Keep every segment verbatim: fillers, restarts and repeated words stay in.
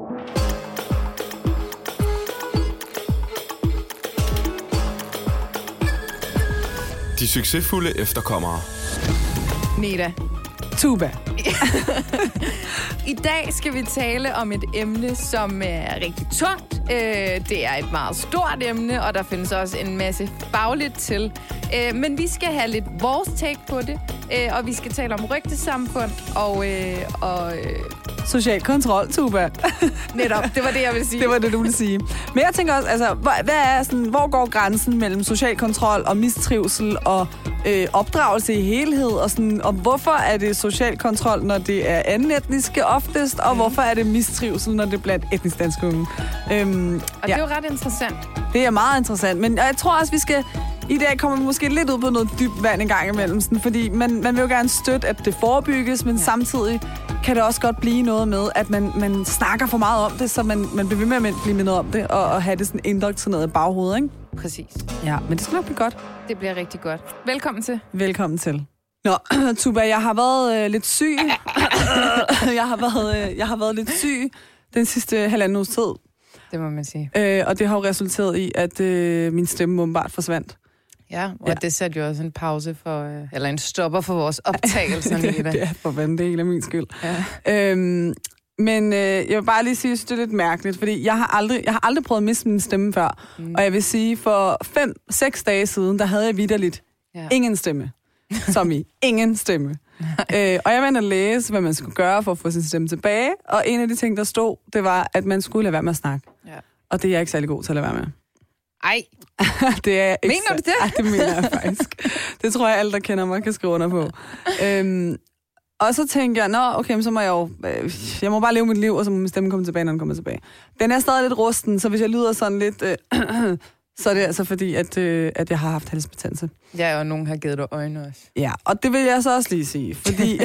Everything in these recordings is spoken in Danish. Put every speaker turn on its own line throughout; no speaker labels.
De succesfulde efterkommere.
Neda.
Tuba.
I dag skal vi tale om et emne, som er rigtig tungt. Det er et meget stort emne, og der findes også en masse fagligt til. Men vi skal have lidt vores take på det, og vi skal tale om rygtesamfund og... og
social kontrol, Tuba.
Netop, det var det, jeg ville sige.
Det var det, du ville sige. Men jeg tænker også, altså, hvad er sådan, hvor går grænsen mellem social kontrol og mistrivsel og øh, opdragelse i helhed? Og, sådan, og hvorfor er det social kontrol, når det er anden etniske oftest? Og mm. hvorfor er det mistrivsel, når det er blandt etnisk danske unge? Øhm,
og ja. Det er jo ret interessant.
Det er meget interessant, men jeg tror også, vi skal... I dag kommer vi måske lidt ud på noget dybt vand en gang imellem, sådan, fordi man, man vil jo gerne støtte, at det forebygges, men ja. samtidig kan det også godt blive noget med, at man, man snakker for meget om det, så man, man bliver ved med at blive mindet om det, og, og have det sådan indoktrineret i baghovedet, ikke?
Præcis.
Ja, men det skal nok blive godt.
Det bliver rigtig godt. Velkommen til.
Velkommen til. Nå, Tuba, jeg har været øh, lidt syg. jeg, har været, øh, jeg har været lidt syg den sidste halvanden uges tid.
Det må man sige.
Øh, og det har jo resulteret i, at øh, min stemme åbenbart forsvandt.
Ja, og ja. det satte jo også en pause for, øh, eller en stopper for vores optagelser.
det, det er for vand, det er hele min skyld. Ja. Øhm, men øh, jeg vil bare lige sige, at det er lidt mærkeligt, fordi jeg har aldrig, jeg har aldrig prøvet at miste min stemme før. Mm. Og jeg vil sige, for fem, seks dage siden, der havde jeg vitterligt ja. ingen stemme. Som i ingen stemme. øh, og jeg var inde og læse, hvad man skulle gøre for at få sin stemme tilbage. Og en af de ting, der stod, det var, at man skulle lade være med at snakke. Ja. Og det er jeg ikke særlig god til at lade være med.
Ej.
det er ikke
mener du det?
Ej, det mener jeg faktisk. Det tror jeg, alle, der kender mig, kan skrive under på. Øhm, og så tænker jeg, nå, okay, så må jeg jo... Øh, jeg må bare leve mit liv, og så må min stemme komme tilbage, når den kommer tilbage. Den er stadig lidt rusten, så hvis jeg lyder sådan lidt... Øh, så er det altså fordi, at, øh, at jeg har haft halsbetændelse.
Ja, og nogen har givet dig øjne også.
Ja, og det vil jeg så også lige sige, fordi...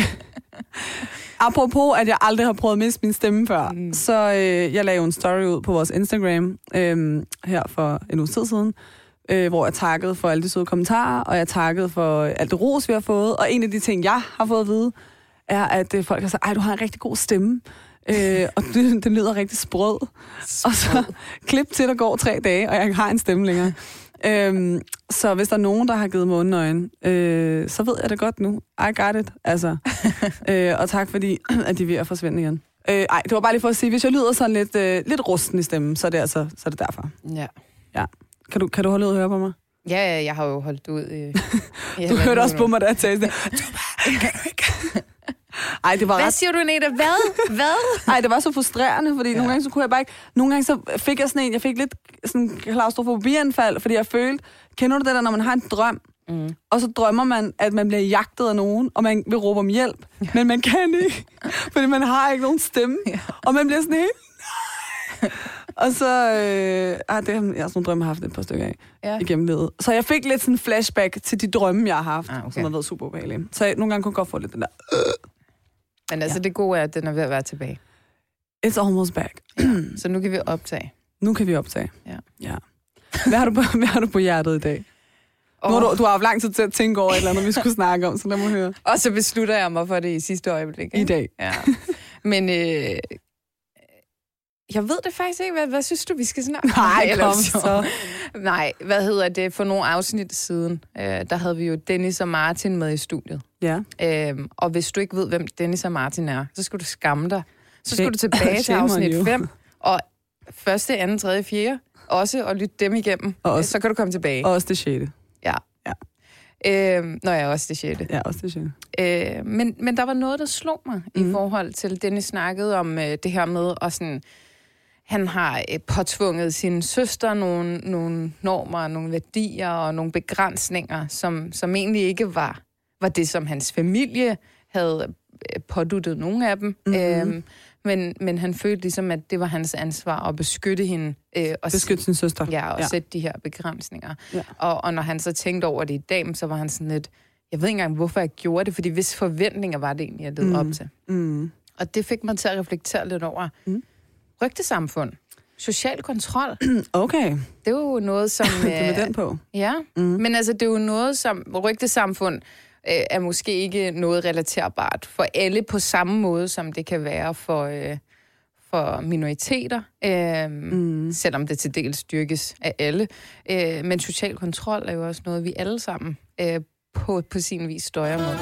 apropos, at jeg aldrig har prøvet at miste min stemme før, mm. så øh, jeg lagde jo en story ud på vores Instagram øh, her for en uge tid siden, øh, hvor jeg takkede for alle de søde kommentarer, og jeg takkede for alt det ros, vi har fået. Og en af de ting, jeg har fået at vide, er, at øh, folk har sagt, ej, du har en rigtig god stemme, øh, og det, det lyder rigtig sprød. sprød. Og så klip til, der går tre dage, og jeg har en stemme længere. Øhm, så hvis der er nogen, der har givet mig ondenøjen, øh, så ved jeg det godt nu. I got it. Altså. øh, og tak fordi, at de er ved at forsvinde igen. Øh, ej, det var bare lige for at sige, hvis jeg lyder sådan lidt, øh, lidt rusten i stemmen, så er det altså så er det derfor.
Ja.
Ja. Kan du, kan du holde ud og høre på mig?
Ja, ja, jeg har jo holdt ud i...
Du hørte også på mig, da jeg talte det. Kan du ikke? Ej, det var
Hvad
ret...
siger du, Neda? Hvad? Hvad?
Ej, det var så frustrerende, fordi ja. nogle gange så kunne jeg bare ikke... Nogle gange så fik jeg sådan en... Jeg fik lidt sådan klaustrofobianfald, fordi jeg følte... Kender du det der, når man har en drøm, mm. og så drømmer man, at man bliver jagtet af nogen, og man vil råbe om hjælp, ja. men man kan ikke, fordi man har ikke nogen stemme, ja. og man bliver sådan helt... Nej! Og så... Øh, ah, det har jeg sådan nogle drømme, jeg har haft et par stykker af ja. igennem livet. Så jeg fik lidt sådan en flashback til de drømme, jeg har haft, ah, okay. som har været super ubehagelige. Så jeg, nogle gange kunne jeg godt få lidt den der... Øh.
Men altså, ja. det gode er, at den er ved at være tilbage.
It's almost back.
Ja. Så nu kan vi optage.
Nu kan vi optage.
Ja.
ja. Hvad har du på, hvad har du på hjertet i dag? Oh. Nu har du, du har haft lang tid til at tænke over et eller andet, vi skulle snakke om, så lad mig høre.
Og så beslutter jeg mig for det i sidste øjeblik. Ikke?
I dag.
Ja. Men øh, jeg ved det faktisk ikke. Hvad, hvad synes du, vi skal snakke om?
Nej, kom så.
Nej, hvad hedder det? For nogle afsnit siden, øh, der havde vi jo Dennis og Martin med i studiet.
Ja.
Øhm, og hvis du ikke ved, hvem Dennis og Martin er, så skal du skamme dig. Så skal du tilbage til afsnit fem, og første, anden, tredje, fjerde, også, og lytte dem igennem. Også, så kan du komme tilbage.
Og også det sjette.
Ja. ja. Øhm, nå ja, også det sjette.
Ja, også det sjette.
Øh, men, men der var noget, der slog mig mm. i forhold til, Dennis snakkede om øh, det her med, og sådan, han har øh, påtvunget sin søster nogle, nogle normer, nogle værdier og nogle begrænsninger, som, som egentlig ikke var, var det, som hans familie havde påduttet nogle af dem. Mm-hmm. Øhm, men, men han følte ligesom, at det var hans ansvar at beskytte hende. Øh, og
beskytte sin søster.
Ja, og ja. sætte de her begrænsninger. Ja. Og, og når han så tænkte over det i dag, så var han sådan lidt, jeg ved ikke engang, hvorfor jeg gjorde det, fordi hvis forventninger var det egentlig, jeg led mm. op til. Mm. Og det fik mig til at reflektere lidt over mm. rygtesamfund. Social kontrol.
Okay.
Det er jo noget, som...
det er med den på.
Ja, mm. men altså, det er jo noget, som rygtesamfund øh, er måske ikke noget relaterbart for alle på samme måde, som det kan være for, øh, for minoriteter, øh, mm. selvom det til dels styrkes af alle. Øh, men social kontrol er jo også noget, vi alle sammen øh, på, på sin vis støjer mod.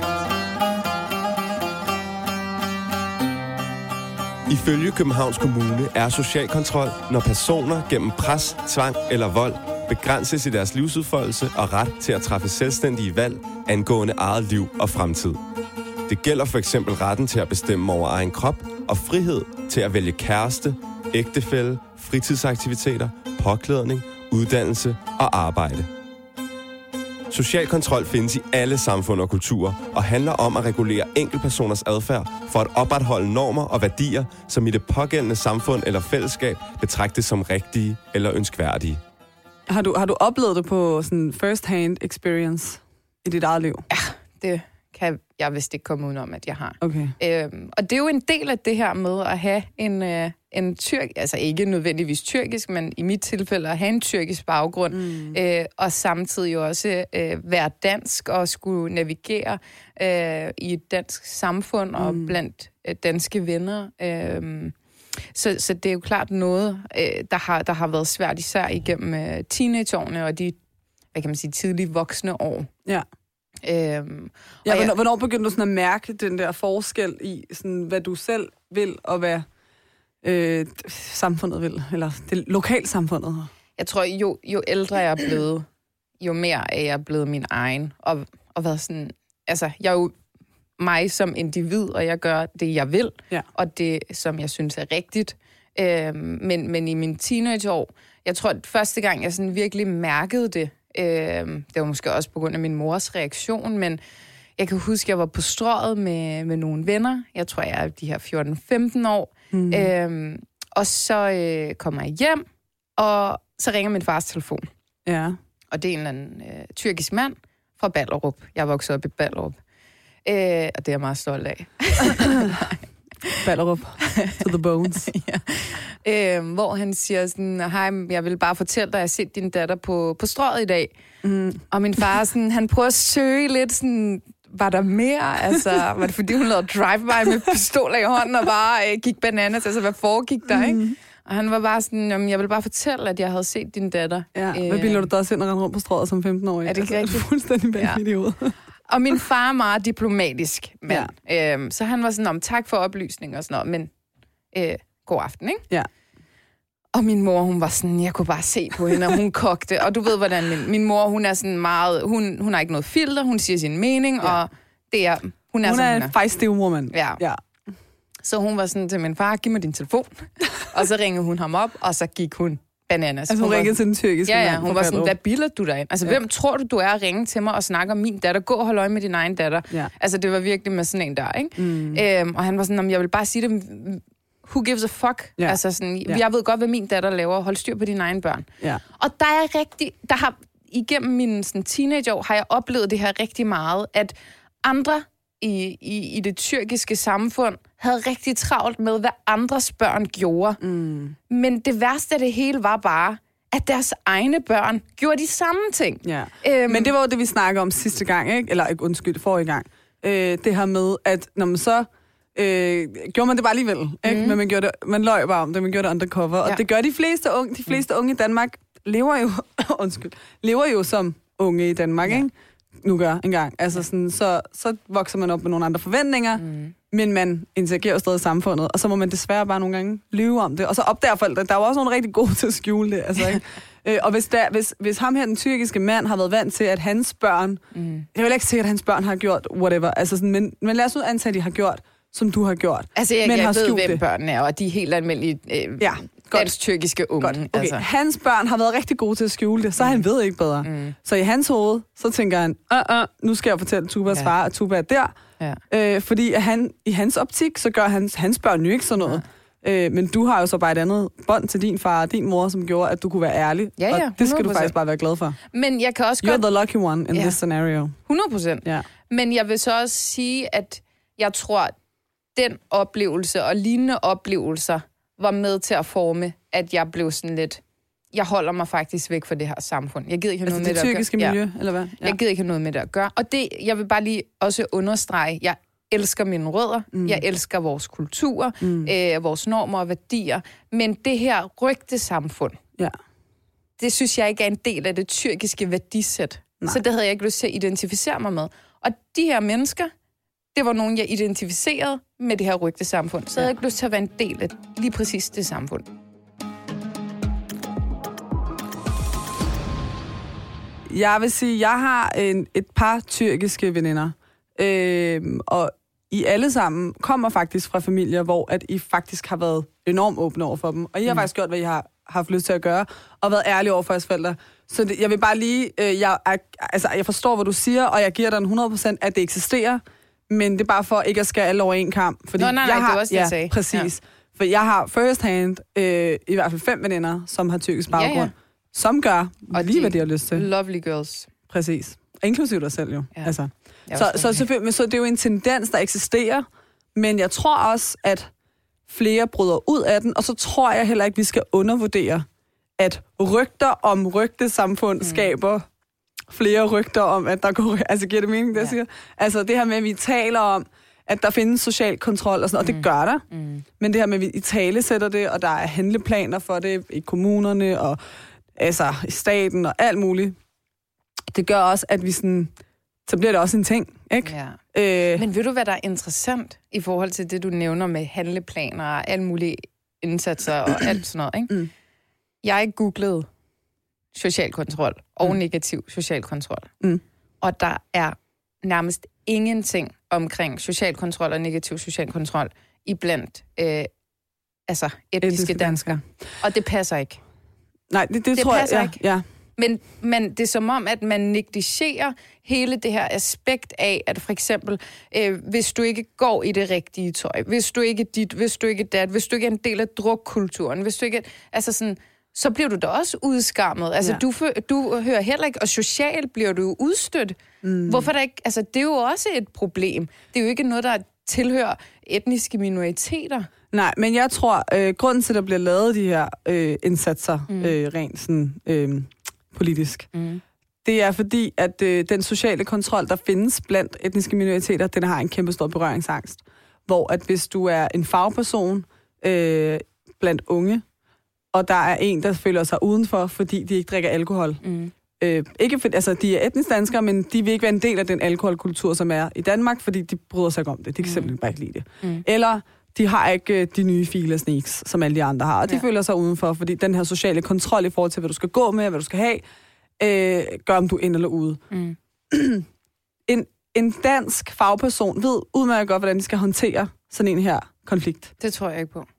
Ifølge Københavns Kommune er social kontrol, når personer gennem pres, tvang eller vold begrænses i deres livsudfoldelse og ret til at træffe selvstændige valg angående eget liv og fremtid. Det gælder for eksempel retten til at bestemme over egen krop og frihed til at vælge kæreste, ægtefælle, fritidsaktiviteter, påklædning, uddannelse og arbejde. Social kontrol findes i alle samfund og kulturer og handler om at regulere enkeltpersoners adfærd for at opretholde normer og værdier, som i det pågældende samfund eller fællesskab betragtes som rigtige eller ønskværdige.
Har du, har du oplevet det på sådan first-hand experience i dit eget liv?
Ja, det kan jeg vist ikke komme udenom, at jeg har.
Okay.
Øhm, og det er jo en del af det her med at have en, øh, en tyrk, altså ikke nødvendigvis tyrkisk, men i mit tilfælde at have en tyrkisk baggrund, mm. øh, og samtidig jo også øh, være dansk og skulle navigere øh, i et dansk samfund og mm. blandt øh, danske venner. Øh, så, så det er jo klart noget, øh, der, har, der har været svært, især igennem øh, teenageårene og de, hvad kan man sige, tidlige voksne år.
Ja.
Øhm,
ja, hvornår, jeg, hvornår begyndte du sådan at mærke den der forskel i, sådan, hvad du selv vil, og hvad øh, samfundet vil, eller det lokalsamfundet?
Jeg tror, jo, jo ældre jeg er blevet, jo mere er jeg blevet min egen, og, og været sådan, altså, jeg er jo mig som individ, og jeg gør det, jeg vil, ja. Og det, som jeg synes er rigtigt. Øhm, men, men i mine teenageår, jeg tror, at første gang, jeg sådan virkelig mærkede det, øhm, det var måske også på grund af min mors reaktion, men jeg kan huske, at jeg var på Strøget med, med nogle venner. Jeg tror, jeg er de her fjorten femten år. Mm. Øhm, og så øh, kommer jeg hjem, og så ringer min fars telefon.
Ja. Og
det er en eller anden øh, tyrkisk mand fra Ballerup. Jeg er vokset op i Ballerup. Øh, og det er jeg meget stolt af.
Ballerup to the bones.
ja. øh, hvor han siger sådan, hej, jeg vil bare fortælle dig, at jeg har set din datter på, på Strøget i dag. Mm. Og min far, sådan, han prøver at søge lidt, sådan, var der mere? Altså, var det fordi, hun lavede drive-by med pistoler i hånden og bare øh, gik bananas? Altså, hvad foregik der, ikke? Mm. Og han var bare sådan, jamen, jeg vil bare fortælle, at jeg havde set din datter.
Ja, hvad øh, bilder du da også ind og rende rundt på Strøget som femten-årig?
Er det ikke
altså,
rigtigt?
Fuldstændig vanvittigt ud.
Og min far er meget diplomatisk mand. Ja. Øhm, så han var sådan, om tak for oplysning og sådan noget, men øh, god aften, ikke?
Ja.
Og min mor, hun var sådan, jeg kunne bare se på hende, og hun kogte. Og du ved, hvordan min, min mor, hun er sådan meget, hun, hun har ikke noget filter, hun siger sin mening, ja. Og det er, hun er
hun
som
er
hun er.
en feisty woman.
Ja.
ja.
Så hun var sådan til min far, giv mig din telefon. Og så ringede hun ham op, og så gik hun bananas.
Altså hun, hun ringede til den tyrkiske
Ja, ja, hun var sådan, hvad bilder du dig ind? Altså, ja. Hvem tror du, du er at ringe til mig og snakke om min datter? Gå og hold øje med din egen datter. Ja. Altså, det var virkelig med sådan en der, ikke? Mm. Øhm, og han var sådan, jeg vil bare sige det, who gives a fuck? Ja. Altså sådan, ja. Jeg ved godt, hvad min datter laver. Hold styr på dine egne børn. Ja. Og der er rigtig, der har, igennem mine sådan, teenageår, har jeg oplevet det her rigtig meget, at andre i, i, i det tyrkiske samfund havde rigtig travlt med, hvad andres børn gjorde. Mm. Men det værste af det hele var bare, at deres egne børn gjorde de samme ting.
Ja. Øhm, Men det var jo det, vi snakkede om sidste gang, ikke? Eller ikke, undskyld, forrige gang. Øh, det her med, at når man så øh, gjorde man det bare alligevel, ikke? Mm. Men man, gjorde det, man løj bare om det, man gjorde det undercover. Ja. Og det gør de fleste unge. De fleste mm. unge i Danmark lever jo, undskyld, lever jo som unge i Danmark, ja. Ikke? Nu gør engang. Altså sådan, så, så vokser man op med nogle andre forventninger, mm. men man interagerer jo stadig i samfundet, og så må man desværre bare nogle gange lyve om det. Og så opdager forældre, der er jo også nogle rigtig gode til at skjule det. Altså, ikke? øh, og hvis, der, hvis, hvis ham her, den tyrkiske mand, har været vant til, at hans børn, mm. det er jo ikke sikkert, at hans børn har gjort whatever, altså sådan, men, men lad os nu antage, at de har gjort, som du har gjort.
Altså, jeg,
men
jeg
har
ved, hvem
det.
Børnene er, og de er helt almindelige øh,
ja.
dansk tyrkiske unge.
Okay.
Altså.
Hans børn har været rigtig gode til at skjule det, så mm. han ved ikke bedre. Mm. Så i hans hoved, så tænker han, uh, uh, nu skal jeg fortælle Tubas ja. far, at Tuba er der. Ja. Øh, fordi at han, i hans optik, så gør hans, hans børn jo ikke sådan noget. Ja. Øh, men du har jo så bare et andet bånd til din far og din mor, som gjorde, at du kunne være ærlig.
Ja, ja,
og det skal du faktisk bare være glad for.
Men jeg kan også
You're
godt...
the lucky one in ja. this scenario.
hundrede procent. Ja. Men jeg vil så også sige, at jeg tror, den oplevelse og lignende oplevelser var med til at forme, at jeg blev sådan lidt... Jeg holder mig faktisk væk fra det her samfund. Jeg gider ikke have
altså
noget
det
med det
tyrkiske
at gøre.
miljø,
ja.
eller hvad? Ja.
Jeg gider ikke have noget med det at gøre. Og det, jeg vil bare lige også understrege, jeg elsker mine rødder, mm. jeg elsker vores kultur, mm. øh, vores normer og værdier, men det her rygtesamfund,
ja.
det synes jeg ikke er en del af det tyrkiske værdisæt. Nej. Så det havde jeg ikke lyst til at identificere mig med. Og de her mennesker, det var nogen, jeg identificerede med det her rygtesamfund. Så ja. havde jeg ikke lyst til at være en del af lige præcis det samfund.
Jeg vil sige, jeg har en, et par tyrkiske veninder, øh, og I alle sammen kommer faktisk fra familier, hvor at I faktisk har været enormt åbne over for dem. Og I har mm. faktisk gjort, hvad I har haft lyst til at gøre, og været ærlige over for jeres forældre. Så det, jeg vil bare lige... Øh, jeg, er, altså, jeg forstår, hvad du siger, og jeg giver dig en hundrede procent, at det eksisterer, men det er bare for ikke at skære alle over en kamp. Fordi
Nå, nej, nej,
jeg har,
det var også det,
ja,
jeg sagde.
Præcis. Ja. For jeg har first hand, øh, i hvert fald fem veninder, som har tyrkisk baggrund, ja, ja. som gør og lige, de hvad de har lyst til.
Lovely girls.
Præcis. Inklusive dig selv jo.
Ja.
Altså. Så, så, så, så det er jo en tendens, der eksisterer, men jeg tror også, at flere bryder ud af den, og så tror jeg heller ikke, vi skal undervurdere, at rygter om rygtesamfund mm. skaber flere rygter om, at der går... Altså, giver det mening, det jeg ja. siger? Altså, det her med, at vi taler om, at der findes social kontrol og sådan noget, mm. og det gør der. Mm. Men det her med, at vi i tale sætter det, og der er handleplaner for det i kommunerne, og altså i staten og alt muligt. Det gør også, at vi sådan... Så bliver det også en ting, ikke?
Ja. Øh, Men ved du, hvad der er interessant i forhold til det, du nævner med handleplaner og alle mulige indsatser og alt sådan noget, ikke? Mm. Jeg googlede social kontrol og mm. negativ social kontrol. Mm. Og der er nærmest ingenting omkring social kontrol og negativ social kontrol iblandt øh, altså etniske danskere. Og det passer ikke.
Nej, det, det,
det
tror
passer
jeg,
ikke.
Ja.
Men, men det er som om, at man negligerer hele det her aspekt af, at for eksempel, øh, hvis du ikke går i det rigtige tøj, hvis du ikke dit, hvis du ikke dat, hvis du ikke er en del af drukkulturen, hvis du ikke, altså sådan, så bliver du da også udskammet. Altså, ja. du, du hører heller ikke, og socialt bliver du udstødt. Mm. Hvorfor der ikke, altså, det er jo også et problem. Det er jo ikke noget, der tilhører etniske minoriteter.
Nej, men jeg tror, øh, grunden til, at der bliver lavet de her øh, indsatser, mm. øh, rent sådan øh, politisk, mm. det er fordi, at øh, den sociale kontrol, der findes blandt etniske minoriteter, den har en kæmpe stor berøringsangst. Hvor at hvis du er en fagperson øh, blandt unge, og der er en, der føler sig udenfor, fordi de ikke drikker alkohol. Mm. Øh, ikke for, altså, de er etnisk danskere, men de vil ikke være en del af den alkoholkultur, som er i Danmark, fordi de bryder sig ikke om det. De kan mm. simpelthen bare ikke lide det. Mm. Eller de har ikke de nye file og sneaks, som alle de andre har, og de ja. føler sig udenfor, fordi den her sociale kontrol i forhold til, hvad du skal gå med, hvad du skal have, øh, gør om du er inde eller ude. Mm. en, en dansk fagperson ved udmærket godt, hvordan de skal håndtere sådan en her konflikt.
Det tror jeg ikke på.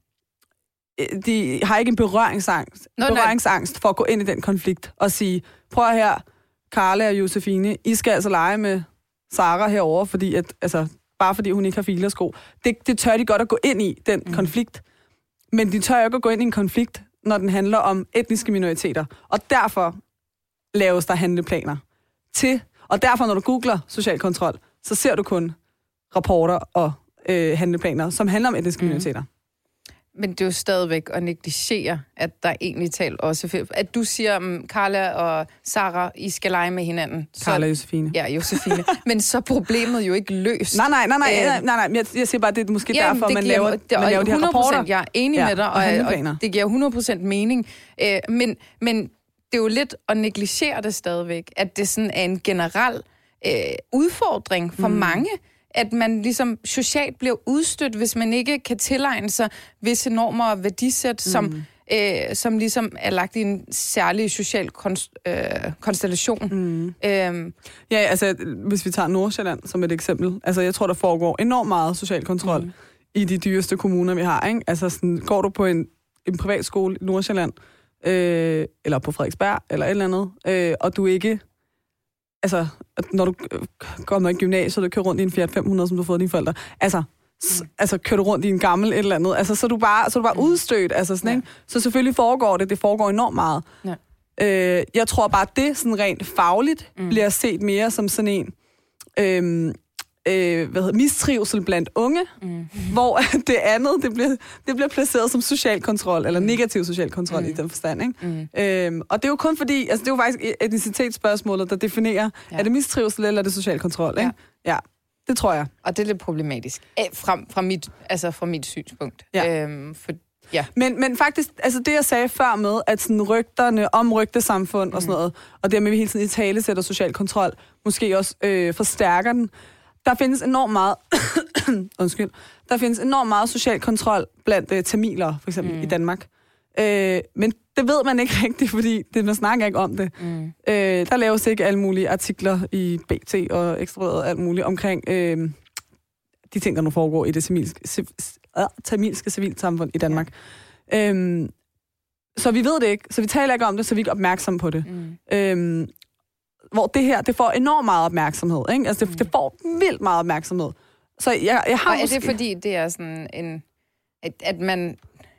De har ikke en berøringsangst, Nå, berøringsangst for at gå ind i den konflikt og sige, prøv her, Carla og Josefine, I skal altså lege med Sara herover, fordi at, altså, bare fordi hun ikke har filersko. Det, det tør de godt at gå ind i, den mm. konflikt. Men de tør ikke at gå ind i en konflikt, når den handler om etniske minoriteter. Og derfor laves der handleplaner til. Og derfor, når du googler social kontrol, så ser du kun rapporter og øh, handleplaner, som handler om etniske mm. minoriteter.
Men det er jo stadigvæk at negligere, at der egentlig talt også... At du siger, um, Carla og Sara, I skal lege med hinanden.
Carla og Josefine.
Ja, Josefine. Men så er problemet jo ikke løst.
Nej, nej, nej, nej, nej, nej, nej. Jeg, jeg siger bare, det er måske jamen, derfor, man giver, laver, det, man laver de her rapporter.
Jeg er enig ja, med dig, og, og, og det giver hundrede procent mening. Øh, men, men det er jo lidt at negligere det stadigvæk, at det sådan er en generel øh, udfordring for mm. mange, at man ligesom socialt bliver udstødt, hvis man ikke kan tilegne sig visse normer og værdisæt, mm. som, øh, som ligesom er lagt i en særlig social konst, øh, konstellation. Mm. Øhm.
Ja, altså, hvis vi tager Nordsjælland som et eksempel, altså, jeg tror, der foregår enormt meget social kontrol mm. i de dyreste kommuner, vi har, ikke? Altså, sådan, går du på en, en privatskole i Nordsjælland, øh, eller på Frederiksberg, eller et eller andet, øh, og du ikke... Altså, når du går i gymnasiet, og kører rundt i en Fiat fem hundrede, som du har fået af dine forældre, altså, mm. altså kører du rundt i en gammel et eller andet, altså, så er du bare, så er du bare mm. udstødt, altså sådan, ja. ikke? Så selvfølgelig foregår det, det foregår enormt meget. Ja. Øh, jeg tror bare, at det sådan rent fagligt mm. bliver set mere som sådan en øh, øh, hvad hedder, mistrivsel blandt unge, mm. hvor det andet, det bliver, det bliver placeret som social kontrol, eller negativ social kontrol mm. i den forstand, ikke? Mm. Øhm, og det er jo kun fordi, altså det er jo faktisk etnicitetsspørgsmålet, der definerer, ja. er det mistrivsel, eller er det social kontrol, ikke? Ja. ja. det tror jeg.
Og det er lidt problematisk. Æ, fra, fra, mit, altså fra mit synspunkt.
Ja.
Øhm, for, ja.
Men, men faktisk, altså det jeg sagde før med, at sådan rygterne om rygtesamfund mm. og sådan noget, og det med, at vi hele tiden i tale sætter social kontrol, måske også øh, forstærker den. Der findes enormt meget, undskyld, der findes enormt meget social kontrol blandt øh, tamiler, for eksempel, mm. i Danmark. Øh, men det ved man ikke rigtigt, fordi det, man snakker ikke om det. Mm. Øh, der laves ikke alle mulige artikler i B T og Ekstra Bladet og alt muligt omkring øh, de ting, der nu foregår i det tamilske, øh, tamilske civilsamfund i Danmark. Ja. Øh, så vi ved det ikke, så vi taler ikke om det, så vi er ikke opmærksomme på det. Mm. Øh, hvor det her, det får enormt meget opmærksomhed, ikke? Altså, det, mm. det får vildt meget opmærksomhed. Så jeg, jeg har
og er
måske...
det fordi, det er sådan en... At, at man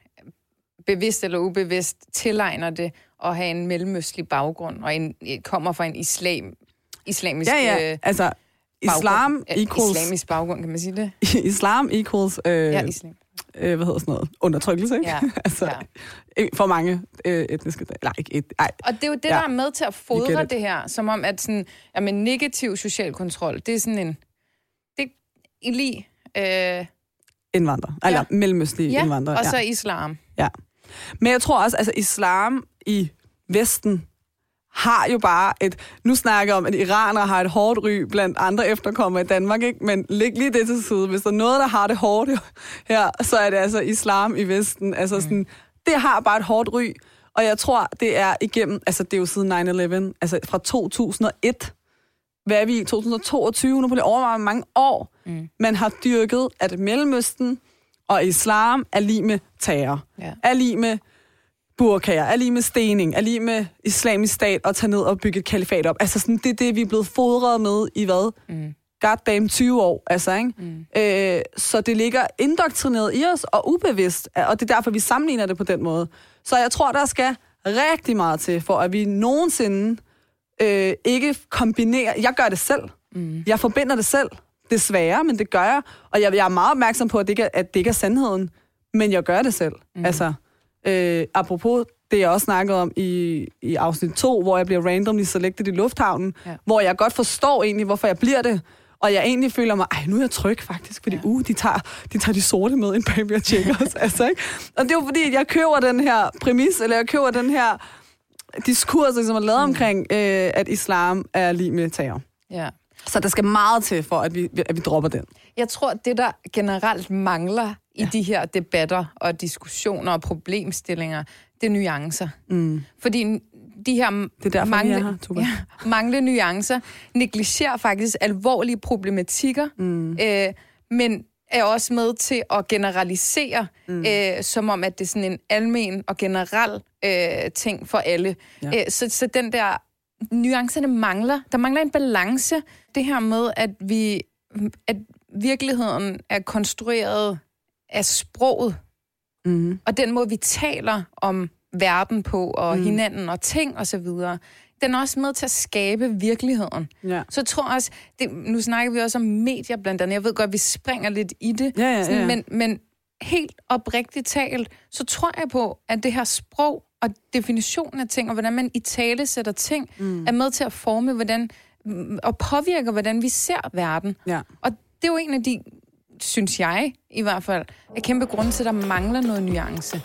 bevidst eller ubevidst tilegner det at have en mellemøstlig baggrund, og en, kommer fra en islam, islamisk
ja, ja. Altså,
baggrund.
islam equals...
Islamisk baggrund, kan man sige det?
Islam equals... Øh,
ja, islam.
Øh, hvad hedder sådan noget? Undertrykkelse, ikke?
Ja,
altså,
ja.
For mange øh, etniske... Eller ikke et, ej.
Og det er jo det, ja. der er med til at fodre det her, som om, at sådan, jamen, negativ social kontrol, det er sådan en... Det er lige... Øh,
indvandrer. Eller ja. mellemøstlige
ja,
indvandrere.
og så ja. islam.
Ja. Men jeg tror også, altså islam i Vesten har jo bare et... Nu snakker jeg om, at iranere har et hårdt ry blandt andre efterkommere i Danmark, ikke? Men læg lige det til side. Hvis der er noget, der har det hårdt her, så er det altså islam i Vesten. Altså mm. sådan, det har bare et hårdt ry. Og jeg tror, det er igennem... Altså, det er jo siden nine eleven. Altså, fra to tusind og et. Hvad er vi i? to tusind og toogtyve. Nu på det overveje mange år. Mm. Man har dyrket, at Mellemøsten og islam er lige med terror. Ja. Er lige med burkaer, er lige med stening, er lige med islamisk stat og tage ned og bygge et kalifat op. Altså sådan, det er det, vi er blevet fodret med i hvad? Mm. Goddamn tyve år, altså, ikke? Mm. Øh, så det ligger indoktrineret i os og ubevidst, og det er derfor, vi sammenligner det på den måde. Så jeg tror, der skal rigtig meget til, for at vi nogensinde øh, ikke kombinerer... Jeg gør det selv. Mm. Jeg forbinder det selv. Desværre, men det gør jeg. Og jeg, jeg er meget opmærksom på, at det ikke er, at det ikke er sandheden, men jeg gør det selv. Mm. Altså... Øh, apropos det, jeg også snakkede om i, i afsnit to, hvor jeg bliver randomly selected i lufthavnen, ja. Hvor jeg godt forstår egentlig, hvorfor jeg bliver det, og jeg egentlig føler mig, ej, nu er jeg tryg faktisk, fordi ja. uh, de, tager, de tager de sorte med ind bag ved at tjekke os. Altså, ikke? Og det er jo fordi, jeg køber den her præmis, eller jeg køber den her diskurs, som er lavet mm. omkring, øh, at islam er lige med terror. Ja. Så der skal meget til, for at vi, at vi dropper den.
Jeg tror, det der generelt mangler i ja. de her debatter og diskussioner og problemstillinger, det er nuancer. Mm. Fordi de her
det er derfor,
mangle,
her,
ja, mangle nuancer negligerer faktisk alvorlige problematikker, mm. øh, men er også med til at generalisere, mm. øh, som om, at det er sådan en almen og generel øh, ting for alle. Ja. Æ, så, så den der nuancerne mangler. Der mangler en balance. Det her med, at vi at virkeligheden er konstrueret af sproget. Mm. Og den måde, vi taler om verden på, og mm. hinanden og ting og så videre, den er også med til at skabe virkeligheden. Ja. Så jeg tror også, det, nu snakker vi også om medier blandt andet. Jeg ved godt, vi springer lidt i det.
Ja, ja, ja.
Men, men helt oprigtigt talt, så tror jeg på, at det her sprog og definitionen af ting, og hvordan man i tale sætter ting, mm. er med til at forme, hvordan, og påvirke, hvordan vi ser verden. Ja. Og det er jo en af de, synes jeg i hvert fald, er kæmpe grund til, at der mangler noget nuance.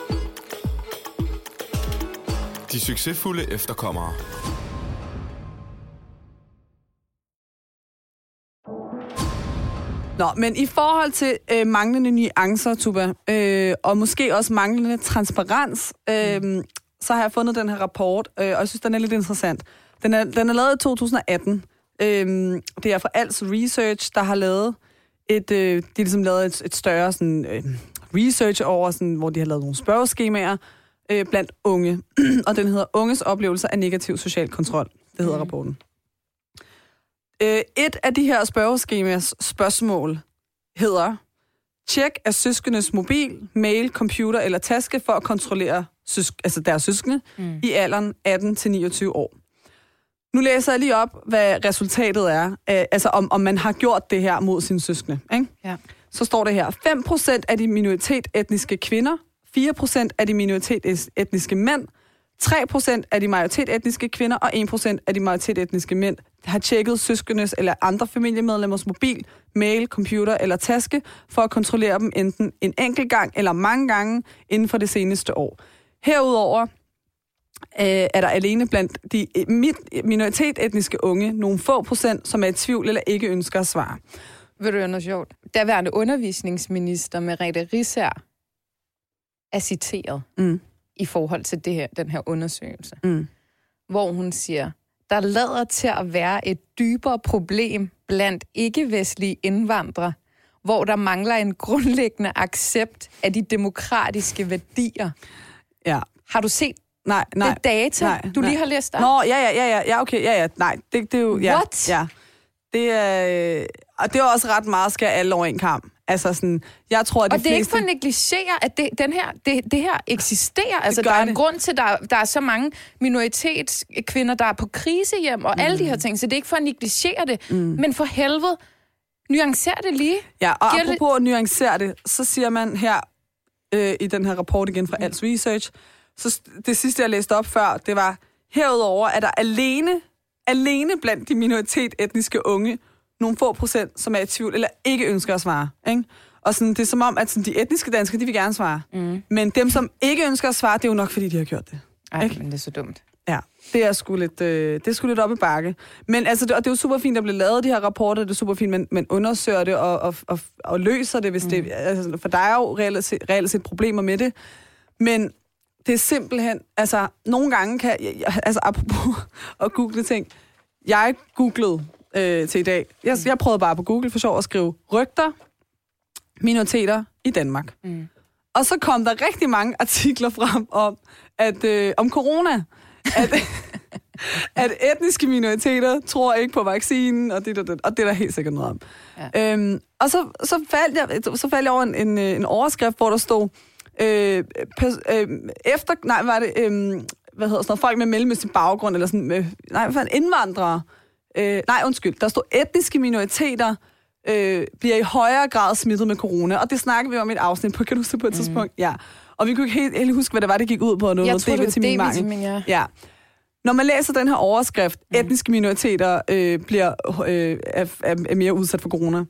De succesfulde efterkommere.
Nå, men i forhold til øh, manglende nuancer, Tuba, øh, og måske også manglende transparens, øh, mm. så har jeg fundet den her rapport, øh, og jeg synes, den er lidt interessant. Den er, den er lavet i to tusind og atten. Øh, det er fra Als Research, der har lavet et, øh, de har ligesom lavet et, et større sådan, øh, research over, sådan, hvor de har lavet nogle spørgeskemaer øh, blandt unge. Og den hedder Unges oplevelser af negativ social kontrol. Det hedder mm. rapporten. Et af de her spørgeskemaers spørgsmål hedder: tjek af søskendes mobil, mail, computer eller taske for at kontrollere søsk- altså deres søskende mm. i alderen atten til niogtyve år. Nu læser jeg lige op, hvad resultatet er, altså om, om man har gjort det her mod sine søskende. Ikke? Ja. Så står det her: fem procent af de minoritetsetniske kvinder, fire procent af de minoritetsetniske mænd, tre procent af de majoritetsetniske kvinder og en procent af de majoritetsetniske mænd har tjekket søskendes eller andre familiemedlemmers mobil, mail, computer eller taske for at kontrollere dem enten en enkelt gang eller mange gange inden for det seneste år. Herudover øh, er der alene blandt de minoritetsetniske unge nogle få procent, som er i tvivl eller ikke ønsker at svare.
Ved du jo noget sjovt? Derværende undervisningsminister Merete Riisager er citeret mm. i forhold til det her, den her undersøgelse, mm. hvor hun siger, der lader til at være et dybere problem blandt ikke-vestlige indvandrere, hvor der mangler en grundlæggende accept af de demokratiske værdier.
Ja.
Har du set
nej, nej,
det data,
nej,
du
nej.
lige har læst op?
Nå, ja, ja, ja, ja, ja, okay, ja, ja, nej, det, det er jo, ja.
What?
Ja. Det er, og det er også ret meget, skal alle over en kamp. Altså sådan, jeg tror, at de
og det er
fleste...
ikke for at negligere, at det, den her, det, det her eksisterer. Altså, der er en
det.
grund til, at der, der er så mange minoritetskvinder, der er på krisehjem, og mm. alle de her ting. Så det er ikke for at negligere det. Mm. Men for helvede, nuancer det lige.
Ja, og
Giver
apropos at nuancere det, så siger man her øh, i den her rapport igen fra mm. Als Research, så det sidste, jeg læste op før, det var, herudover er der alene, alene blandt de minoritetsetniske unge, nogle få procent, som er i tvivl, eller ikke ønsker at svare. Ikke? Og sådan, det er som om, at sådan, de etniske danskere, de vil gerne svare. Mm. Men dem, som ikke ønsker at svare, det er jo nok, fordi de har gjort det.
Ej,
ikke?
men det er så dumt.
Ja, det er sgu lidt, øh, det er sgu lidt op i bakke. Men altså, det, og det er jo super fint, at blive lavet de her rapporter, det er super fint, men man undersøger det og, og, og, og løser det, hvis mm. det... Altså, for der er jo reelt set, reelt set problemer med det. Men det er simpelthen... Altså, nogle gange kan... Altså, apropos at google ting. Jeg googlede øh, til i dag. Jeg, jeg prøvede bare på Google for sjov at skrive rygter, minoriteter i Danmark. Mm. Og så kom der rigtig mange artikler frem om, at, øh, om corona. At, at etniske minoriteter tror ikke på vaccinen, og det, det, og det er der helt sikkert noget om. Ja. Øhm, og så, så, faldt jeg, så faldt jeg over en, en, en overskrift, hvor der stod, øh, pers, øh, efter, nej, var det, øh, hvad hedder sådan noget, folk med mellemøstlig baggrund, eller sådan, øh, nej, hvad fanden, indvandrere. Øh, nej, undskyld, der stod etniske minoriteter, øh, bliver i højere grad smittet med corona, og det snakker vi om i et afsnit på, kan du huske på et mm. tidspunkt? Ja. Og vi kunne ikke helt, helt huske, hvad det var, det gik ud på. Noget,
jeg
noget
tror, det var
D-vitamin,
ja.
ja. Når man læser den her overskrift, mm. etniske minoriteter øh, bliver øh, er, er mere udsat for corona,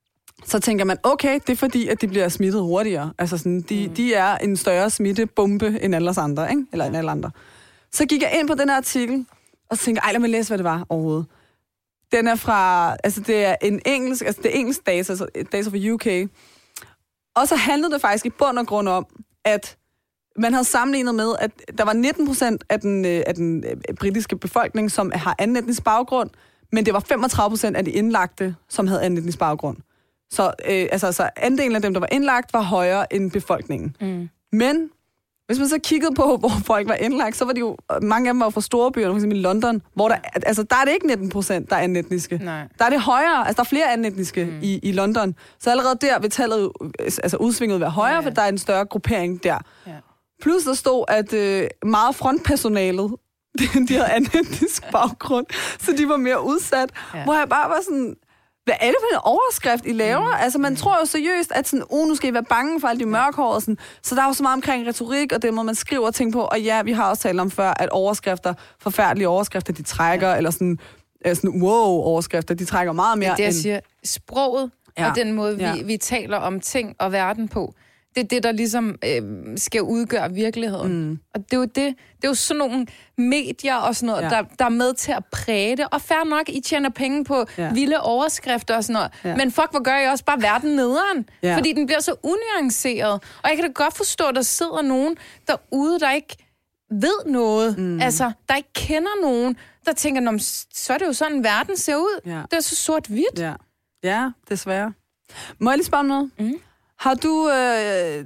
så tænker man, okay, det er fordi, at de bliver smittet hurtigere. Altså sådan, de, mm. de er en større smittebombe end alle os andre, ikke? Eller ja. end alle andre. Så gik jeg ind på den her artikel, og tænkte, ej, lad mig læse, hvad det var overhovedet. Den er fra, altså det er en engelsk, altså det er engelsk data, altså data fra U K. Og så handlede det faktisk i bund og grund om, at man havde sammenlignet med, at der var nitten procent af den, af den britiske befolkning, som har anden etnisk baggrund, men det var femogtredive procent af de indlagte, som havde anden etnisk baggrund. Så, øh, altså, så andelen af dem, der var indlagt, var højere end befolkningen. Mm. Men hvis man så kiggede på, hvor folk var indlagt, så var de jo, mange af dem var fra store byer, for eksempel i London, hvor der, altså, der er det ikke nitten procent, der er anden etniske. Nej. Der er det højere, altså der er flere anden etniske mm. i, i London. Så allerede der vil tallet, altså udsvinget være højere, ja, ja. For der er en større gruppering der. Ja. Plus der stod, at øh, meget frontpersonalet, de havde anden etnisk baggrund, så de var mere udsat. Ja. Hvor jeg bare var sådan, hvad er det for en overskrift, I laver? Mm. Altså, man mm. tror jo seriøst, at sådan, oh, nu skal I være bange for alle de mørkhårede. Sådan. Så der er jo så meget omkring retorik, og det må man skrive og tænke på. Og ja, vi har også talt om før, at overskrifter, forfærdelige overskrifter, de trækker, ja. eller sådan, sådan wow-overskrifter, de trækker meget mere.
Det, det jeg
end... siger,
sproget ja. og den måde, vi, ja. vi taler om ting og verden på, det er det, der ligesom øh, skal udgøre virkeligheden. Mm. Og det er jo det, det er jo sådan nogle medier og sådan noget, ja. der, der er med til at præge det. Og fair nok, I tjener penge på ja. vilde overskrifter og sådan noget. Ja. Men fuck, hvor gør I også bare verden nederen? Ja. Fordi den bliver så unuanceret. Og jeg kan da godt forstå, at der sidder nogen derude, der ikke ved noget. Mm. Altså, der ikke kender nogen, der tænker, så er det jo sådan, verden ser ud. Ja. Det er så sort-hvidt.
Ja. ja, desværre. Må jeg lige spørge om noget? Mm. Har du, øh,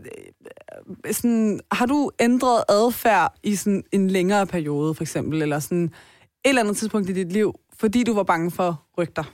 sådan, har du ændret adfærd i sådan en længere periode, for eksempel, eller sådan et eller andet tidspunkt i dit liv, fordi du var bange for rygter?